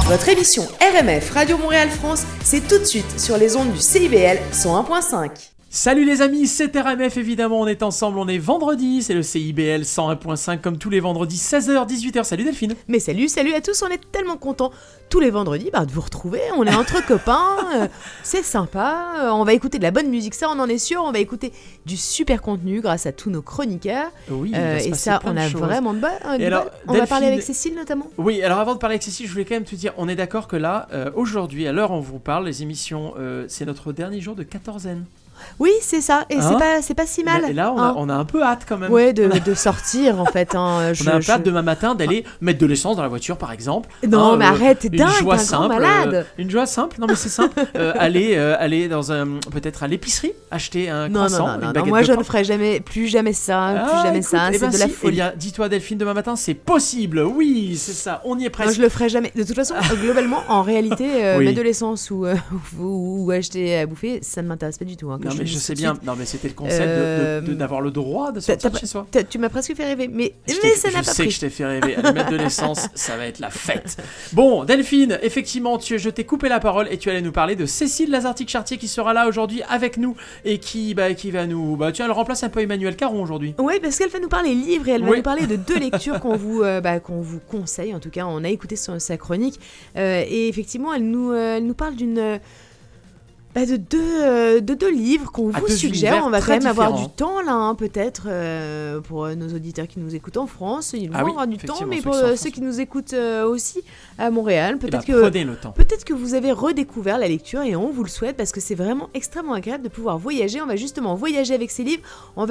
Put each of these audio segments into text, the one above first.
Votre émission RMF Radio Montréal France, c'est tout de suite sur les ondes du CIBL 101.5. Salut les amis, c'est RMF évidemment, on est ensemble, on est vendredi, c'est le CIBL 101.5 comme tous les vendredis, 16h, 18h. Salut Delphine. Mais salut à tous, on est tellement contents tous les vendredis de vous retrouver, on est entre copains, c'est sympa, on va écouter de la bonne musique, ça on en est sûr, on va écouter du super contenu grâce à tous nos chroniqueurs. Oui, et ça on a vraiment de bonnes. On Delphine... va parler avec Cécile notamment. Oui, alors avant de parler avec Cécile, je voulais quand même te dire, on est d'accord que là, aujourd'hui, à l'heure où on vous parle, les émissions, c'est notre dernier jour de quatorzaine. Oui, c'est ça, et c'est pas si mal. Et là, on a un peu hâte quand même. Ouais, de sortir en fait. On a un peu hâte demain matin d'aller mettre de l'essence dans la voiture par exemple. Non, mais arrête, t'es dingue, t'es un grand malade. Une joie simple, non mais c'est simple. Aller dans peut-être à l'épicerie, acheter un croissant. Non, moi je ne ferai plus jamais ça, c'est de la folie. Eh bien, dis-toi Delphine, demain matin c'est possible, oui, c'est ça, on y est presque. Non, je le ferai jamais. De toute façon, globalement, en réalité, mettre de l'essence ou acheter à bouffer, ça ne m'intéresse pas du tout. Non mais je sais bien, non mais c'était le concept d'avoir le droit de sortir de chez soi. Tu m'as presque fait rêver, mais ça n'a pas pris. Je sais que je t'ai fait rêver, aller mettre de l'essence, ça va être la fête. Bon, Delphine, effectivement, je t'ai coupé la parole et tu allais nous parler de Cécile Lazartique-Chartier qui sera là aujourd'hui avec nous et qui va nous... elle remplace un peu Emmanuel Caron aujourd'hui. Oui, parce qu'elle va nous parler livres et elle va nous parler de deux lectures qu'on vous conseille, en tout cas, on a écouté sa chronique et effectivement, elle nous parle de deux livres qu'on vous suggère. On va quand même avoir du temps là, peut-être pour nos auditeurs qui nous écoutent en France. Ils vont avoir du temps, mais pour ceux qui nous écoutent aussi à Montréal, peut-être que vous avez redécouvert la lecture et on vous le souhaite parce que c'est vraiment extrêmement agréable de pouvoir voyager. On va justement voyager avec ces livres. On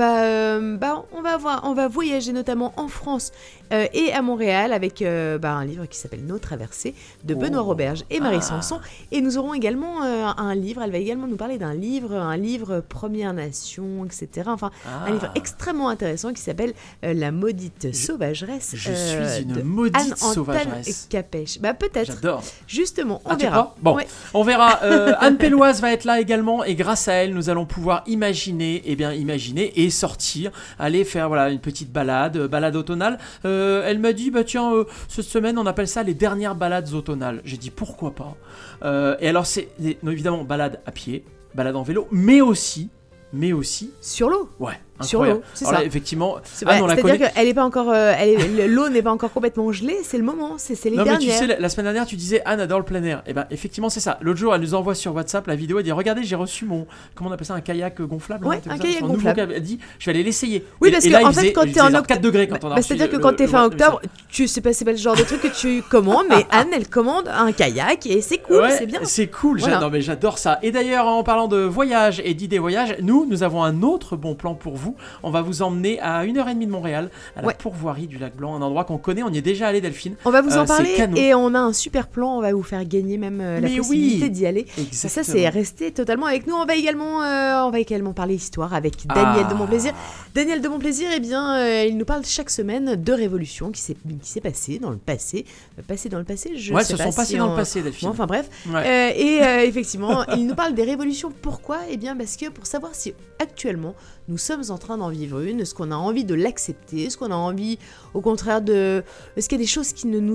va voyager notamment en France et à Montréal avec un livre qui s'appelle Nos traversées de Benoît Roberge et Marie Sanson. Et nous aurons également un livre. Elle va également nous parler d'un livre Première Nation, etc. Enfin, un livre extrêmement intéressant qui s'appelle La maudite sauvageresse. Je suis une maudite sauvageresse. Capèche. Peut-être. J'adore. Justement, on verra. Bon, on verra. Anne Pelloise va être là également et grâce à elle, nous allons pouvoir imaginer et sortir, aller faire une petite balade automnale. Elle m'a dit, cette semaine, on appelle ça les dernières balades automnales. J'ai dit, pourquoi pas. Et alors, c'est évidemment balade à pied, balade en vélo, mais aussi sur l'eau. Ouais. Sur l'eau, c'est alors ça. Là, effectivement, c'est-à-dire que elle est pas encore, l'eau n'est pas encore complètement gelée. C'est le moment, c'est les dernières. Non mais tu sais, la semaine dernière, tu disais Anne adore le plein air. Et effectivement, c'est ça. L'autre jour, elle nous envoie sur WhatsApp la vidéo. Elle dit regardez, j'ai reçu comment on appelle ça, un kayak gonflable. Ouais, un kayak gonflable. Elle dit je vais aller l'essayer. Oui, parce que en fait, quand t'es en octobre, 4 degrés quand on a. C'est-à-dire que quand t'es fin octobre, c'est pas le genre de truc que tu commandes, mais Anne, elle commande un kayak et c'est cool, c'est bien. C'est cool. Non mais j'adore ça. Et d'ailleurs, en parlant de voyage et d'idées voyage, nous avons un autre bon plan pour vous. On va vous emmener à 1h30 de Montréal, à la pourvoirie du lac Blanc, un endroit qu'on connaît, on y est déjà allé Delphine. On va vous en parler et on a un super plan, on va vous faire gagner même la possibilité d'y aller. Exactement. Et ça c'est resté totalement avec nous. On va également parler histoire avec Daniel de Montplaisir. Daniel de Montplaisir, il nous parle chaque semaine de révolutions qui s'est passé dans le passé. Passé dans le passé, je sais pas. Se sont passées dans le passé Delphine. Enfin bref. Effectivement, il nous parle des révolutions. Pourquoi ? Parce que pour savoir si actuellement nous sommes en train d'en vivre une, est-ce qu'on a envie de l'accepter, est-ce qu'on a envie au contraire est-ce qu'il y a des choses qui ne nous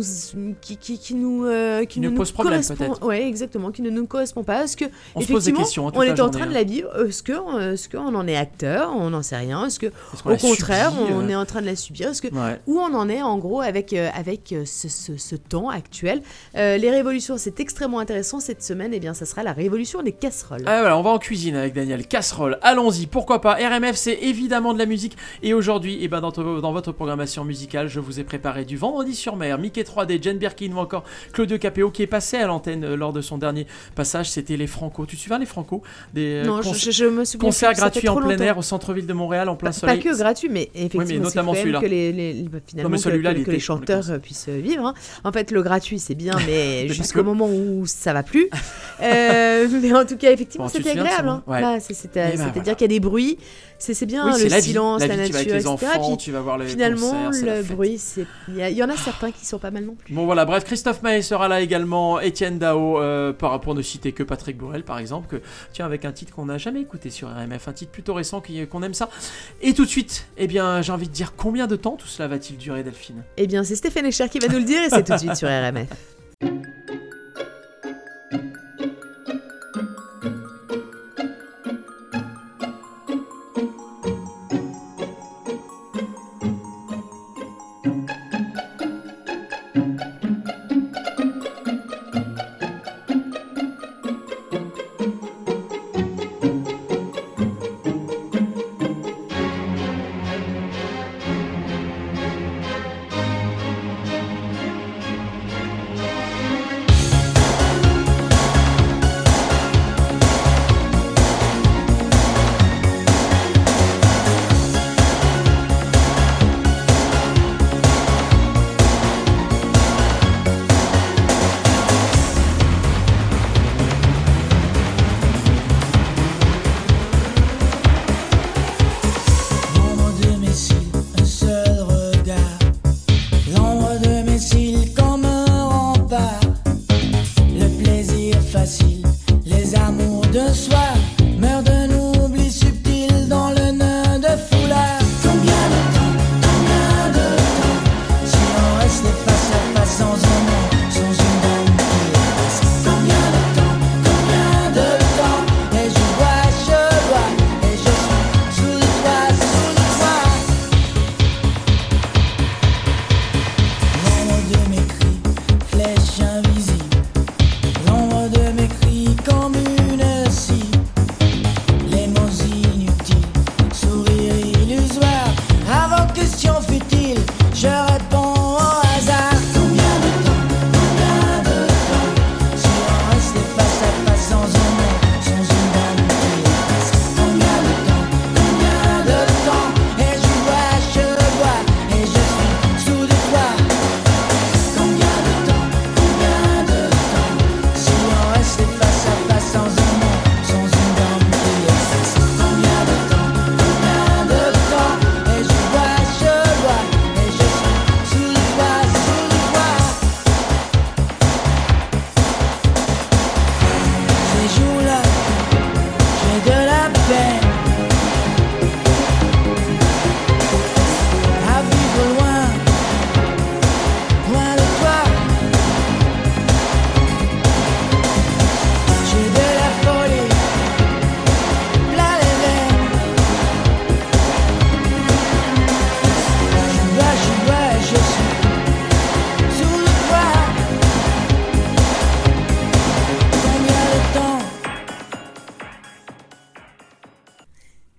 posent problème peut-être. Ouais, exactement, qui ne nous correspondent pas. Est-ce que on se pose des questions on est en train de la vivre, est-ce qu'on en est acteur, on n'en sait rien, est-ce que au contraire on est en train de la subir, où on en est en gros avec ce temps actuel. Les révolutions, c'est extrêmement intéressant cette semaine. Ça sera la révolution des casseroles. On va en cuisine avec Daniel. Casserole, allons-y, pourquoi pas. RMF, c'est évidemment de la musique. Et aujourd'hui, dans votre programmation musicale, je vous ai préparé du Vendredi sur mer, Mickey 3D, Jane Birkin ou encore Claudio Capéo qui est passé à l'antenne lors de son dernier passage. C'était les Franco. Tu te souviens les Franco? Non, je me souviens. Concerts gratuits en plein air au centre-ville de Montréal en plein soleil. Pas que gratuit, mais effectivement, mais notamment celui-là. Que les chanteurs puissent vivre. En fait, le gratuit, c'est bien, mais jusqu'au moment où ça va plus. Mais en tout cas, effectivement, c'était agréable. C'est-à-dire qu'il y a des bruits. C'est bien le silence, la nature, avec les enfants, Puis, tu vas voir les finalement, concerts, le bruit, il y en a certains qui sont pas mal non plus. Bon voilà, bref, Christophe Maé sera là également, Étienne Dao, pour ne citer que Patrick Borel par exemple, avec un titre qu'on n'a jamais écouté sur RMF, un titre plutôt récent qu'on aime ça. Et tout de suite, j'ai envie de dire combien de temps tout cela va-t-il durer Delphine ? C'est Stéphane Echer qui va nous le dire et c'est tout de suite sur RMF.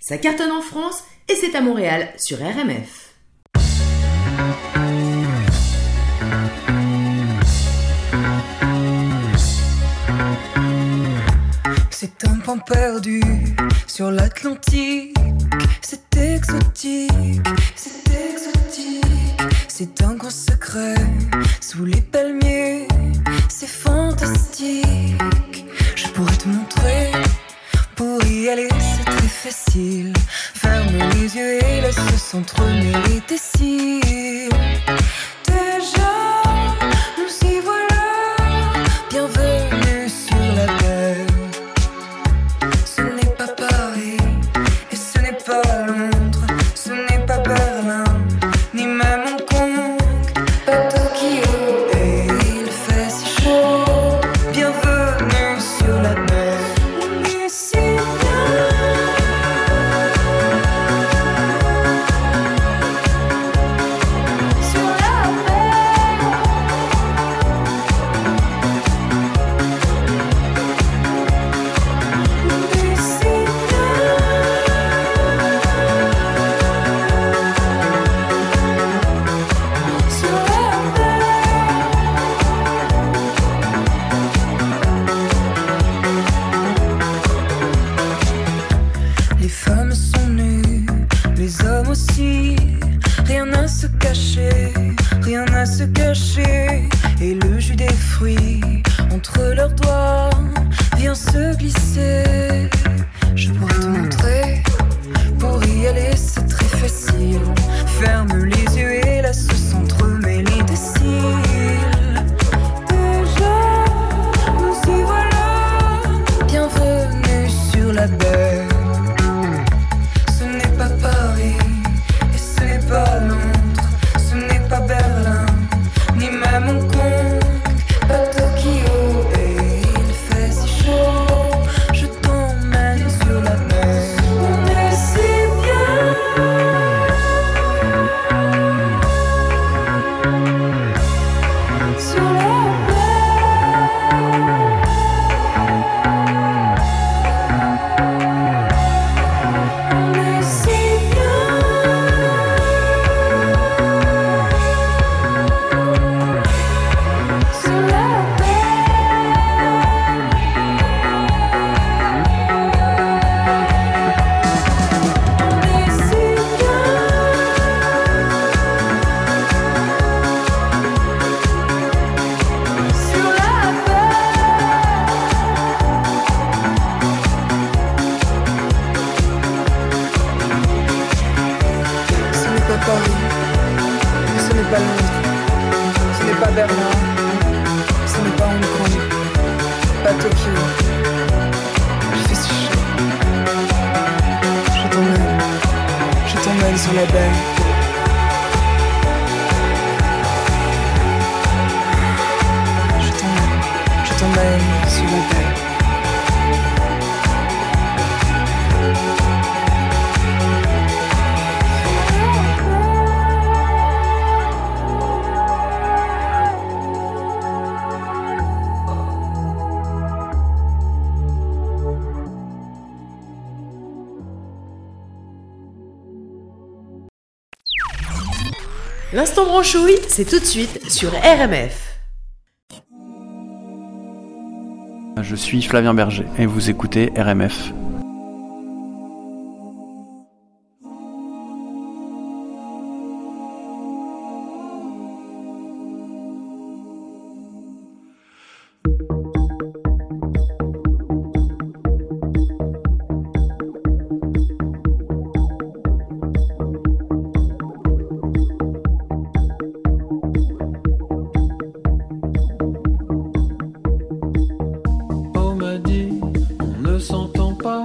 Ça cartonne en France et c'est à Montréal sur RMF. C'est un point perdu sur l'Atlantique. C'est exotique, c'est exotique. C'est un grand secret sous les palmiers. C'est fantastique. Je pourrais te montrer. Pour y aller, c'est très facile. Ferme les yeux et laisse s'entremêler tes cils. Déjà, nous y voilà. Bienvenue sur la terre. Ce n'est pas Paris et ce n'est pas Londres. Ce n'est pas Berlin, ni même Hong Kong. Pas Tokyo et il fait si chaud. Bienvenue sur la mer. Rien à se cacher, et le jus des fruits entre leurs doigts vient se glisser. Je pourrais te montrer, pour y aller c'est très facile. Ferme les yeux et laisse s'entremêler tes cils. Déjà, nous y voilà, bienvenue sur la baie. Ce n'est pas Paris, et ce n'est pas Londres. Pas Berlin, ni même Hong Kong, pas Tokyo, et il fait si chaud, je t'emmène sur la mer. On est si bien sur la mer. On est si bien. Berlin, ce n'est pas Hong Kong, pas Tokyo. Il fait si chaud. Je t'emmène sur la baie. Je t'emmène sur la baie. L'instant branchouille, c'est tout de suite sur RMF. Je suis Flavien Berger et vous écoutez RMF. On ne s'entend pas.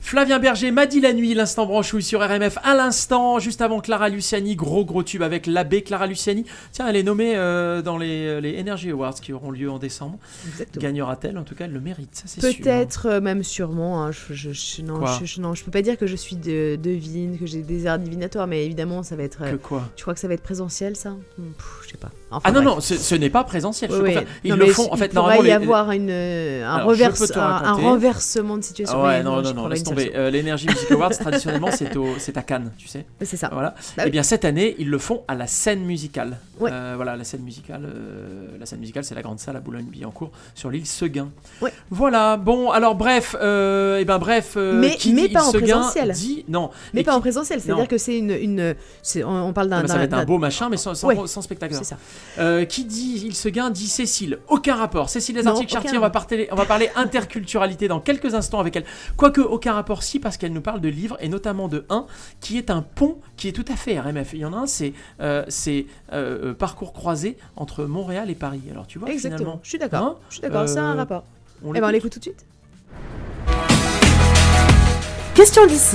Flavien Berger m'a dit la nuit, l'instant branchouille sur RMF. À l'instant, juste avant Clara Luciani, gros tube avec l'abbé Clara Luciani. Tiens, elle est nommée dans les Energy Awards qui auront lieu en décembre. Exactement. Gagnera-t-elle? En tout cas, elle le mérite, ça c'est sûr. Peut-être, même sûrement. Hein. Je peux pas dire que je suis devine, que j'ai des airs divinatoires, mais évidemment, ça va être. Que quoi? Tu crois que ça va être présentiel, ça? Je sais pas. Enfin, ah non, bref. non, ce n'est pas présentiel. Oui, Ils le font, en fait, normalement. Il pourrait y avoir un renversement de situation. Ouais, non, laisse tomber. L'Energy Music Awards, traditionnellement, c'est à Cannes, tu sais. C'est ça. Voilà. Bah, et bien, cette année, ils le font à la scène musicale. Ouais. Voilà, la scène musicale, c'est la grande salle à Boulogne-Billancourt, sur l'île Seguin. Ouais. Voilà, bon, alors bref, mais pas en présentiel. Non. Mais pas en présentiel, c'est-à-dire que c'est on parle d'un... Ça va être un beau machin, mais sans spectacle. C'est ça. Qui dit île Seguin dit Cécile. Aucun rapport. Cécile Desartiques-Chartier, on va parler interculturalité dans quelques instants avec elle. Quoique, aucun rapport si, parce qu'elle nous parle de livres, et notamment de un qui est un pont qui est tout à fait RMF. Il y en a un, c'est parcours croisé entre Montréal et Paris. Alors tu vois, exactement. Finalement, je suis d'accord, c'est un rapport. On l'écoute tout de suite. Question d'ici.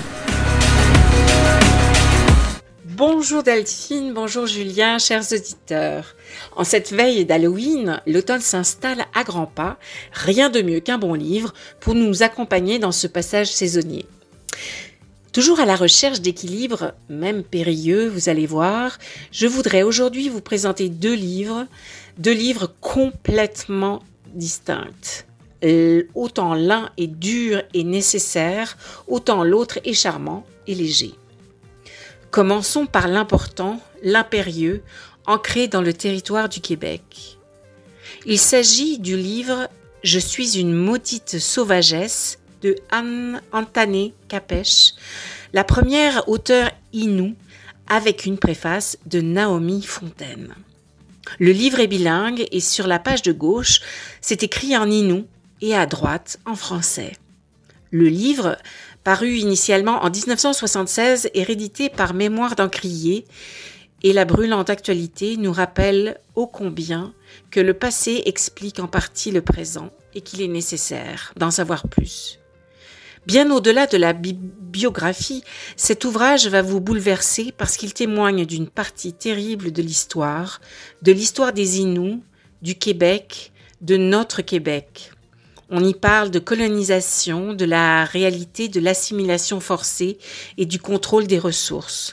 Bonjour Delphine, bonjour Julien, chers auditeurs. En cette veille d'Halloween, l'automne s'installe à grands pas. Rien de mieux qu'un bon livre pour nous accompagner dans ce passage saisonnier. Toujours à la recherche d'équilibre, même périlleux, vous allez voir, je voudrais aujourd'hui vous présenter deux livres complètement distincts. Autant l'un est dur et nécessaire, autant l'autre est charmant et léger. Commençons par l'important, l'impérieux, ancré dans le territoire du Québec. Il s'agit du livre « Je suis une maudite sauvagesse » de Anne-Antané Capèche, la première auteure Innu, avec une préface de Naomi Fontaine. Le livre est bilingue et sur la page de gauche, c'est écrit en Innu et à droite en français. Le livre, paru initialement en 1976 et réédité par Mémoire d'Encrier, et la brûlante actualité nous rappelle ô combien que le passé explique en partie le présent et qu'il est nécessaire d'en savoir plus. Bien au-delà de la biographie, cet ouvrage va vous bouleverser parce qu'il témoigne d'une partie terrible de l'histoire des Inuits, du Québec, de notre Québec. On y parle de colonisation, de la réalité de l'assimilation forcée et du contrôle des ressources.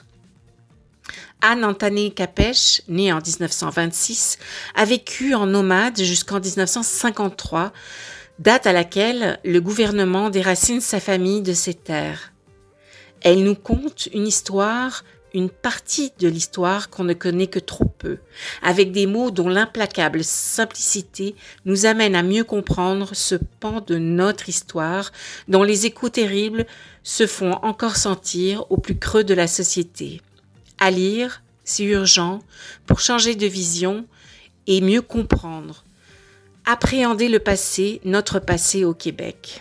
Anne-Antané Capèche, née en 1926, a vécu en nomade jusqu'en 1953, date à laquelle le gouvernement déracine sa famille de ses terres. Elle nous conte une partie de l'histoire qu'on ne connaît que trop peu, avec des mots dont l'implacable simplicité nous amène à mieux comprendre ce pan de notre histoire dont les échos terribles se font encore sentir au plus creux de la société. À lire, c'est urgent pour changer de vision et mieux comprendre, appréhender le passé, notre passé au Québec.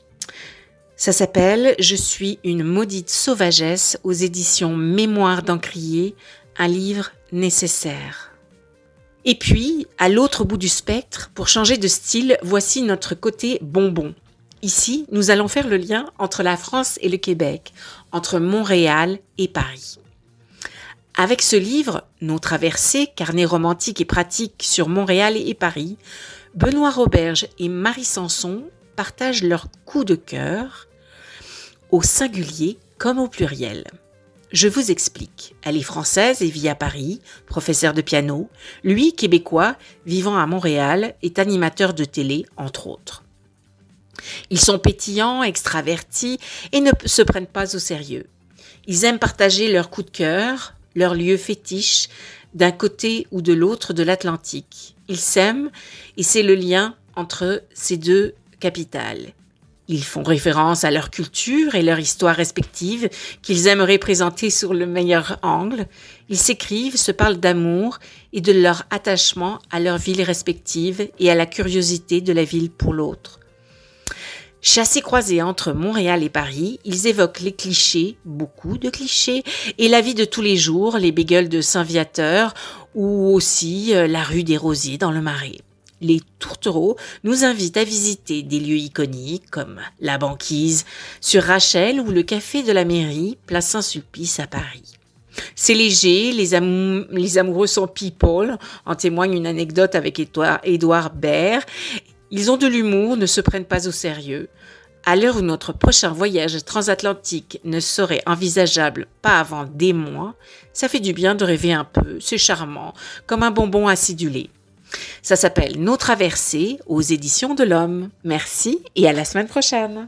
Ça s'appelle « Je suis une maudite sauvagesse » aux éditions Mémoire d'Encrier, un livre nécessaire. Et puis, à l'autre bout du spectre, pour changer de style, voici notre côté bonbon. Ici, nous allons faire le lien entre la France et le Québec, entre Montréal et Paris. Avec ce livre, Nos traversées, carnet romantique et pratique sur Montréal et Paris, Benoît Roberge et Marie Sanson partagent leur coup de cœur, au singulier comme au pluriel. Je vous explique. Elle est française et vit à Paris, professeur de piano. Lui, québécois, vivant à Montréal, est animateur de télé, entre autres. Ils sont pétillants, extravertis et ne se prennent pas au sérieux. Ils aiment partager leurs coups de cœur, leurs lieux fétiches, d'un côté ou de l'autre de l'Atlantique. Ils s'aiment et c'est le lien entre ces deux capitales. Ils font référence à leur culture et leur histoire respective qu'ils aimeraient présenter sur le meilleur angle. Ils s'écrivent, se parlent d'amour et de leur attachement à leur ville respective et à la curiosité de la ville pour l'autre. Chassés-croisés entre Montréal et Paris, ils évoquent les clichés, beaucoup de clichés, et la vie de tous les jours, les bagels de Saint-Viateur ou aussi la rue des Rosiers dans le Marais. les tourtereaux nous invitent à visiter des lieux iconiques comme la banquise sur Rachel ou le café de la mairie, place Saint-Sulpice à Paris. C'est léger, les amoureux sont people, en témoigne une anecdote avec Édouard Baird. Ils ont de l'humour, ne se prennent pas au sérieux. À l'heure où notre prochain voyage transatlantique ne serait envisageable pas avant des mois, ça fait du bien de rêver un peu, c'est charmant, comme un bonbon acidulé. Ça s'appelle Nos traversées aux éditions de l'Homme. Merci et à la semaine prochaine.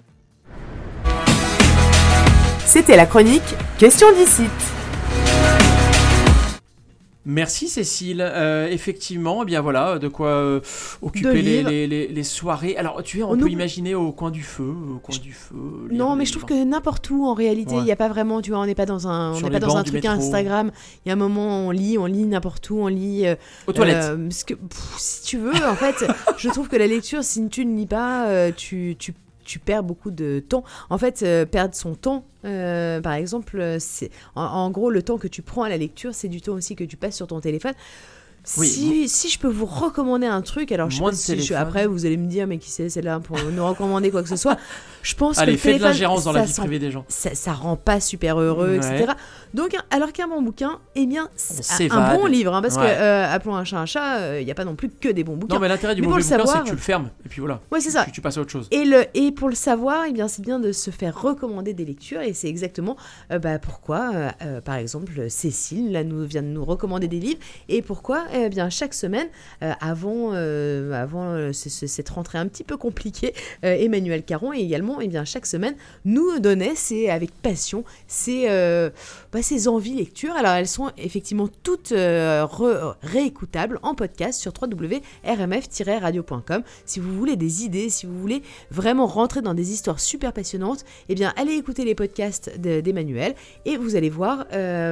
C'était la chronique Question d'ici. Merci Cécile. Effectivement, eh bien voilà, de quoi occuper les soirées. Alors, tu sais, on peut imaginer au coin du feu. Non, mais je trouve que n'importe où, en réalité, il n'y a pas vraiment, tu vois, on n'est pas dans un truc Instagram. Il y a un moment, on lit n'importe où, on lit... aux toilettes. Parce que, si tu veux, en fait, je trouve que la lecture, si tu ne lis pas, tu perds beaucoup de temps. En fait, perdre son temps, par exemple, c'est en gros, le temps que tu prends à la lecture, c'est du temps aussi que tu passes sur ton téléphone. Si je peux vous recommander un truc, alors je sais pas si après vous allez me dire mais qui c'est celle-là pour nous recommander quoi que ce soit. Je pense que le fais de téléphone, l'ingérence dans la vie privée des gens. Ça rend pas super heureux, etc. Donc alors qu'un bon bouquin, eh bien un bon livre, parce que appelons un chat, il n'y a pas non plus que des bons bouquins. Non mais l'intérêt du mauvais bouquin, c'est que tu le fermes et puis voilà. Ouais, c'est ça. Tu passes à autre chose. Et pour le savoir, eh bien c'est bien de se faire recommander des lectures et c'est exactement pourquoi par exemple Cécile là vient de nous recommander des livres et pourquoi bien chaque semaine avant cette rentrée un petit peu compliquée, Emmanuel Caron et également chaque semaine nous donnait avec passion ses envies lecture. Alors elles sont effectivement toutes réécoutables en podcast sur www.rmf-radio.com. Si vous voulez des idées, si vous voulez vraiment rentrer dans des histoires super passionnantes, allez écouter les podcasts d'Emmanuel et vous allez voir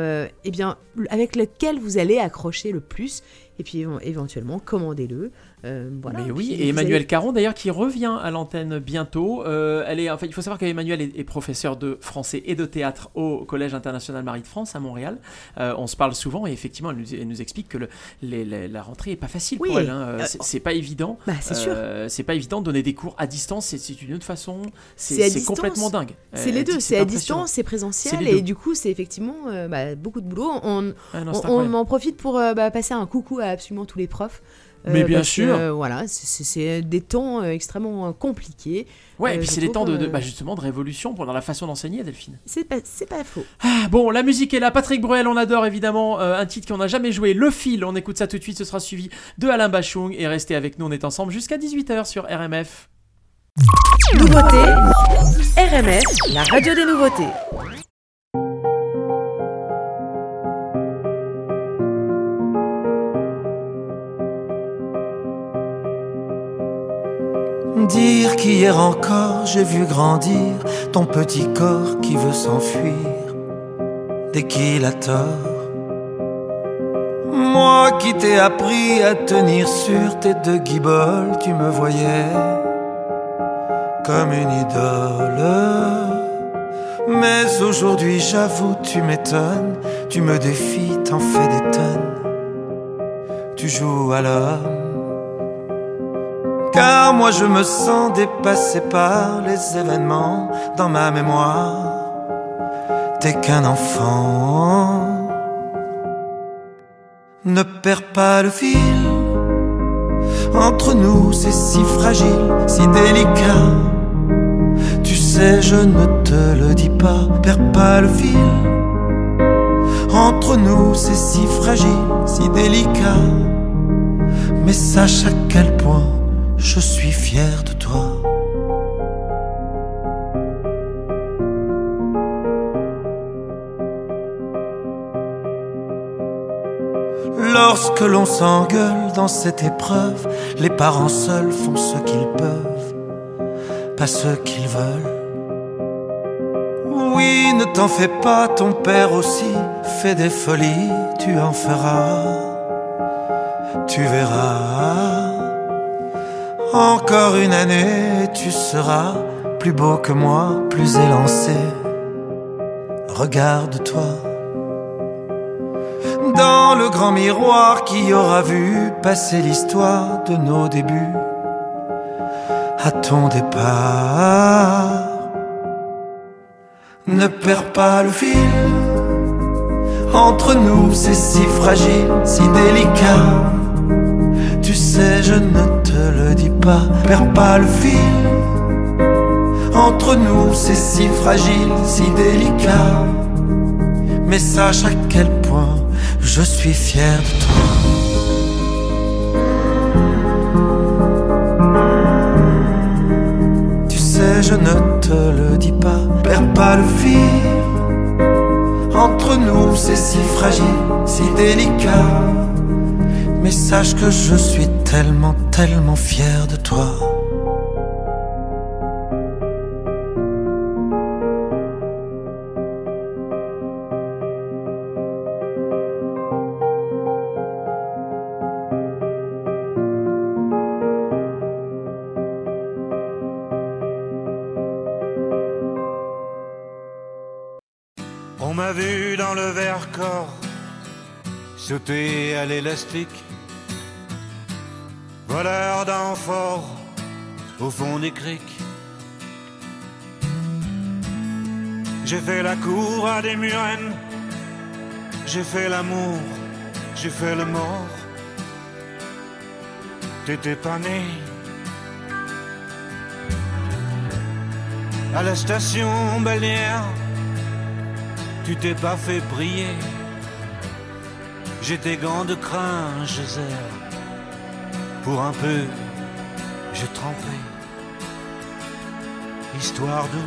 avec lequel vous allez accrocher le plus. Et puis éventuellement, commandez-le. Voilà. Mais oui, et Emmanuel Caron d'ailleurs qui revient à l'antenne bientôt. Il faut savoir qu'Emmanuel est professeur de français et de théâtre au Collège international Marie de France à Montréal. On se parle souvent et effectivement elle nous explique que la rentrée est pas facile pour elle. C'est pas évident. C'est sûr. C'est pas évident de donner des cours à distance. C'est une autre façon. C'est complètement dingue. C'est les deux. C'est à distance, c'est présentiel et du coup c'est effectivement beaucoup de boulot. On en profite pour passer un coucou à absolument tous les profs. Mais bien sûr. Voilà, c'est des temps extrêmement compliqués. Ouais, et puis c'est des temps justement de révolution dans la façon d'enseigner, Delphine. C'est pas faux. Bon, la musique est là. Patrick Bruel, on adore évidemment. Un titre qu'on n'a jamais joué, Le Fil. On écoute ça tout de suite. Ce sera suivi de Alain Bachung. Et restez avec nous, on est ensemble jusqu'à 18h sur RMF. Nouveauté, RMF, la radio des nouveautés. Dire qu'hier encore j'ai vu grandir ton petit corps qui veut s'enfuir dès qu'il a tort. Moi qui t'ai appris à tenir sur tes deux guiboles, tu me voyais comme une idole. Mais aujourd'hui j'avoue tu m'étonnes, tu me défies, t'en fais des tonnes, tu joues à l'homme. Car moi je me sens dépassé par les événements dans ma mémoire. T'es qu'un enfant. Ne perds pas le fil. Entre nous c'est si fragile, si délicat. Tu sais je ne te le dis pas. Perds pas le fil. Entre nous c'est si fragile, si délicat. Mais sache à quel point je suis fier de toi. Lorsque l'on s'engueule dans cette épreuve, les parents seuls font ce qu'ils peuvent, pas ce qu'ils veulent. Oui, ne t'en fais pas, ton père aussi fait des folies, tu en feras, tu verras. Encore une année, tu seras plus beau que moi, plus élancé. Regarde-toi. Dans devant le grand miroir qui aura vu passer l'histoire de nos débuts à ton départ. Ne perds pas le fil, entre nous c'est si fragile, si délicat. Tu sais je ne te le dis pas, perds pas le fil. Entre nous c'est si fragile, si délicat. Mais sache à quel point je suis fier de toi. Tu sais je ne te le dis pas, perds pas le fil. Entre nous c'est si fragile, si délicat. Mais sache que je suis tellement, tellement fier de toi. On m'a vu dans le Vercors sauter à l'élastique, voleur d'amphores au fond des criques. J'ai fait la cour à des murennes, j'ai fait l'amour, j'ai fait le mort. T'étais pas né. À la station balnéaire, tu t'es pas fait briller. J'ai tes gants de crin, je serre. Pour un peu, j'ai trempé. Histoire d'eau.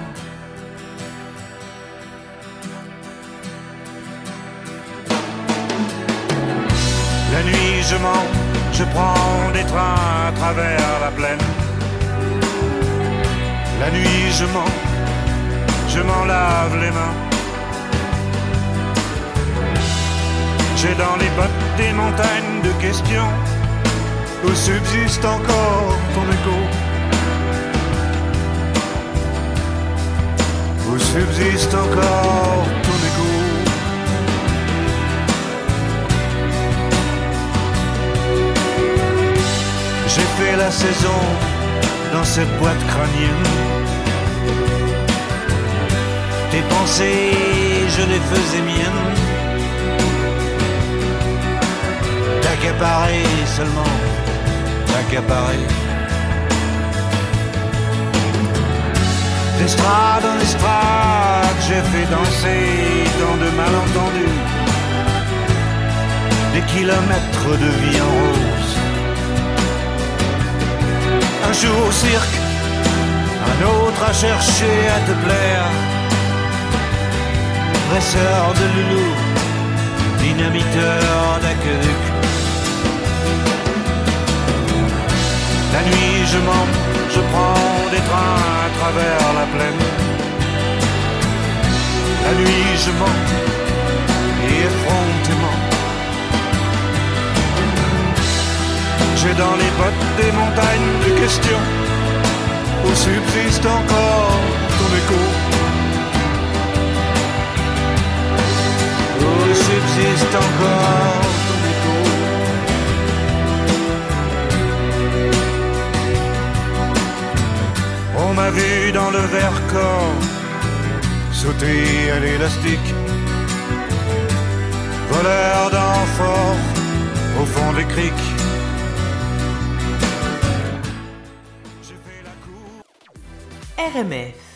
La nuit je mens, je prends des trains à travers la plaine. La nuit je mens, je m'en lave les mains. J'ai dans les bottes des montagnes de questions où subsiste encore ton écho. Où subsiste encore ton écho. J'ai fait la saison dans cette boîte crânienne. Tes pensées, je les faisais miennes. T'accaparer seulement, t'accaparer. D'estrade en estrade, j'ai fait danser tant de malentendus. Des kilomètres de vie en rose. Un jour au cirque, un autre à chercher à te plaire. Dresseur de loulou, dynamiteur d'aqueduc. La nuit je mens, je prends des trains à travers la plaine. La nuit je mens, et effrontément. J'ai dans les bottes des montagnes de questions où subsiste encore ton écho. Où subsiste encore ton écho. On m'a vu dans le Vercors sauter à l'élastique, voleur d'amphores au fond des criques. RMF